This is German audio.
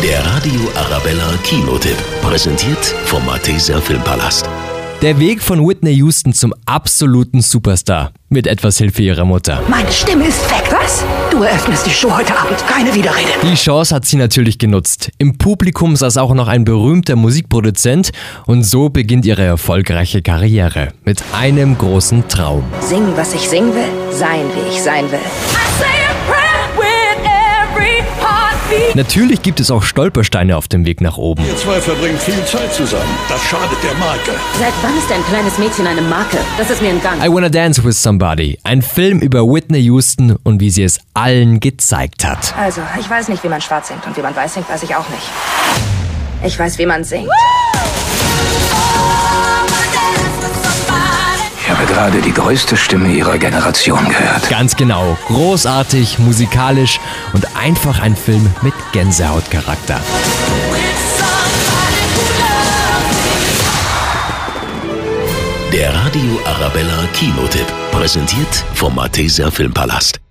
Der Radio Arabella Kinotipp, präsentiert vom Malteser Filmpalast. Der Weg von Whitney Houston zum absoluten Superstar. Mit etwas Hilfe ihrer Mutter. Meine Stimme ist weg. Was? Du eröffnest die Show heute Abend. Keine Widerrede. Die Chance hat sie natürlich genutzt. Im Publikum saß auch noch ein berühmter Musikproduzent und so beginnt ihre erfolgreiche Karriere. Mit einem großen Traum. Singen, was ich singen will. Sein, wie ich sein will. Natürlich gibt es auch Stolpersteine auf dem Weg nach oben. Ihr zwei verbringen viel Zeit zusammen. Das schadet der Marke. Seit wann ist ein kleines Mädchen eine Marke? Das ist mir entgangen. I Wanna Dance with Somebody. Ein Film über Whitney Houston und wie sie es allen gezeigt hat. Also, ich weiß nicht, wie man schwarz singt. Und wie man weiß singt, weiß ich auch nicht. Ich weiß, wie man singt. Ich habe gerade die größte Stimme ihrer Generation gehört. Ganz genau. Großartig, musikalisch und einfach ein Film mit Gänsehautcharakter. Der Radio Arabella Kinotipp, präsentiert vom Malteser Filmpalast.